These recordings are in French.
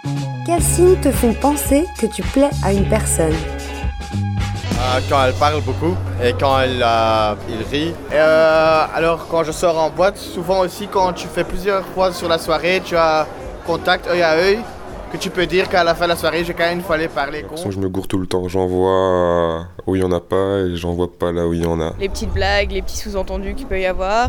Quels signes te font penser que tu plais à une personne? Quand elle parle beaucoup et quand il rit. Alors quand je sors en boîte, souvent aussi quand tu fais plusieurs fois sur la soirée, tu as contact œil à œil, que tu peux dire qu'à la fin de la soirée, j'ai quand même une fois aller parler. J'ai l'impression que je me gourre tout le temps. J'en vois où il n'y en a pas et j'en vois pas là où il y en a. Les petites blagues, les petits sous-entendus qu'il peut y avoir.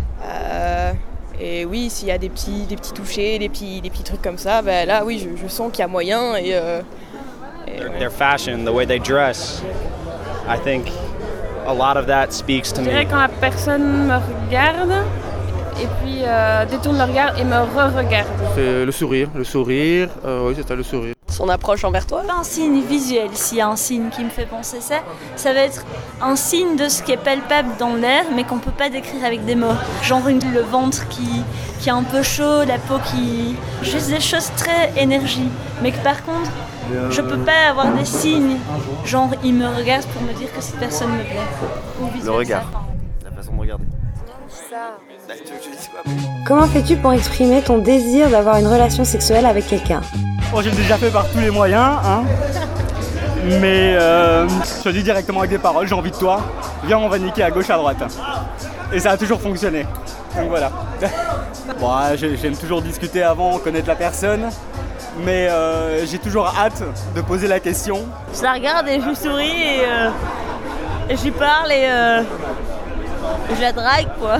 Et oui, s'il y a des petits touchés, des petits trucs comme ça, ben là oui, je sens qu'il y a moyen. Their fashion, the way they dress, I think a lot of that speaks to Je dirais me. quand la personne me regarde et puis détourne le regard et me re-regarde. C'est le sourire, oui c'est ça, le sourire. Son approche envers toi. Pas un signe visuel, s'il y a un signe qui me fait penser ça va être un signe de ce qui est palpable dans l'air mais qu'on peut pas décrire avec des mots. Genre le ventre qui est un peu chaud, la peau qui... Juste des choses très énergie. Mais que par contre, je peux pas avoir des signes, genre il me regarde pour me dire que cette personne me plaît. Ou Le regard, la façon de regarder. Comment fais-tu pour exprimer ton désir d'avoir une relation sexuelle avec quelqu'un? Bon, j'ai déjà fait par tous les moyens, hein. Mais je dis directement avec des paroles, j'ai envie de toi, viens on va niquer à gauche à droite. Et ça a toujours fonctionné, donc voilà. Bon, j'aime toujours discuter avant, connaître la personne, mais j'ai toujours hâte de poser la question. Je la regarde et je lui souris et j'y parle et je la drague quoi.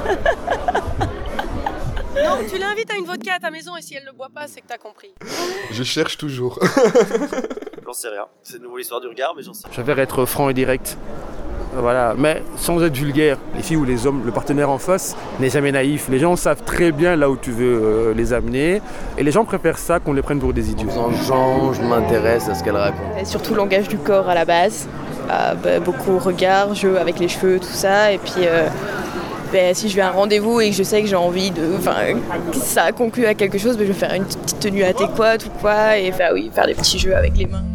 Non, tu l'invites à une vodka à ta maison et si elle ne boit pas, c'est que t'as compris. Je cherche toujours. J'en sais rien, c'est de nouveau l'histoire du regard, mais j'en sais rien. Je préfère être franc et direct. Voilà, mais sans être vulgaire. Les filles ou les hommes, le partenaire en face n'est jamais naïf. Les gens savent très bien là où tu veux les amener. Et les gens préfèrent ça qu'on les prenne pour des idiots. En genre, je m'intéresse à ce qu'elle raconte. Et surtout le langage du corps à la base. Beaucoup regard, jeu avec les cheveux, tout ça. Et puis si je vais à un rendez-vous et que je sais que j'ai envie que ça conclut à quelque chose, je vais faire une petite tenue adéquate ou quoi. Et faire des petits jeux avec les mains.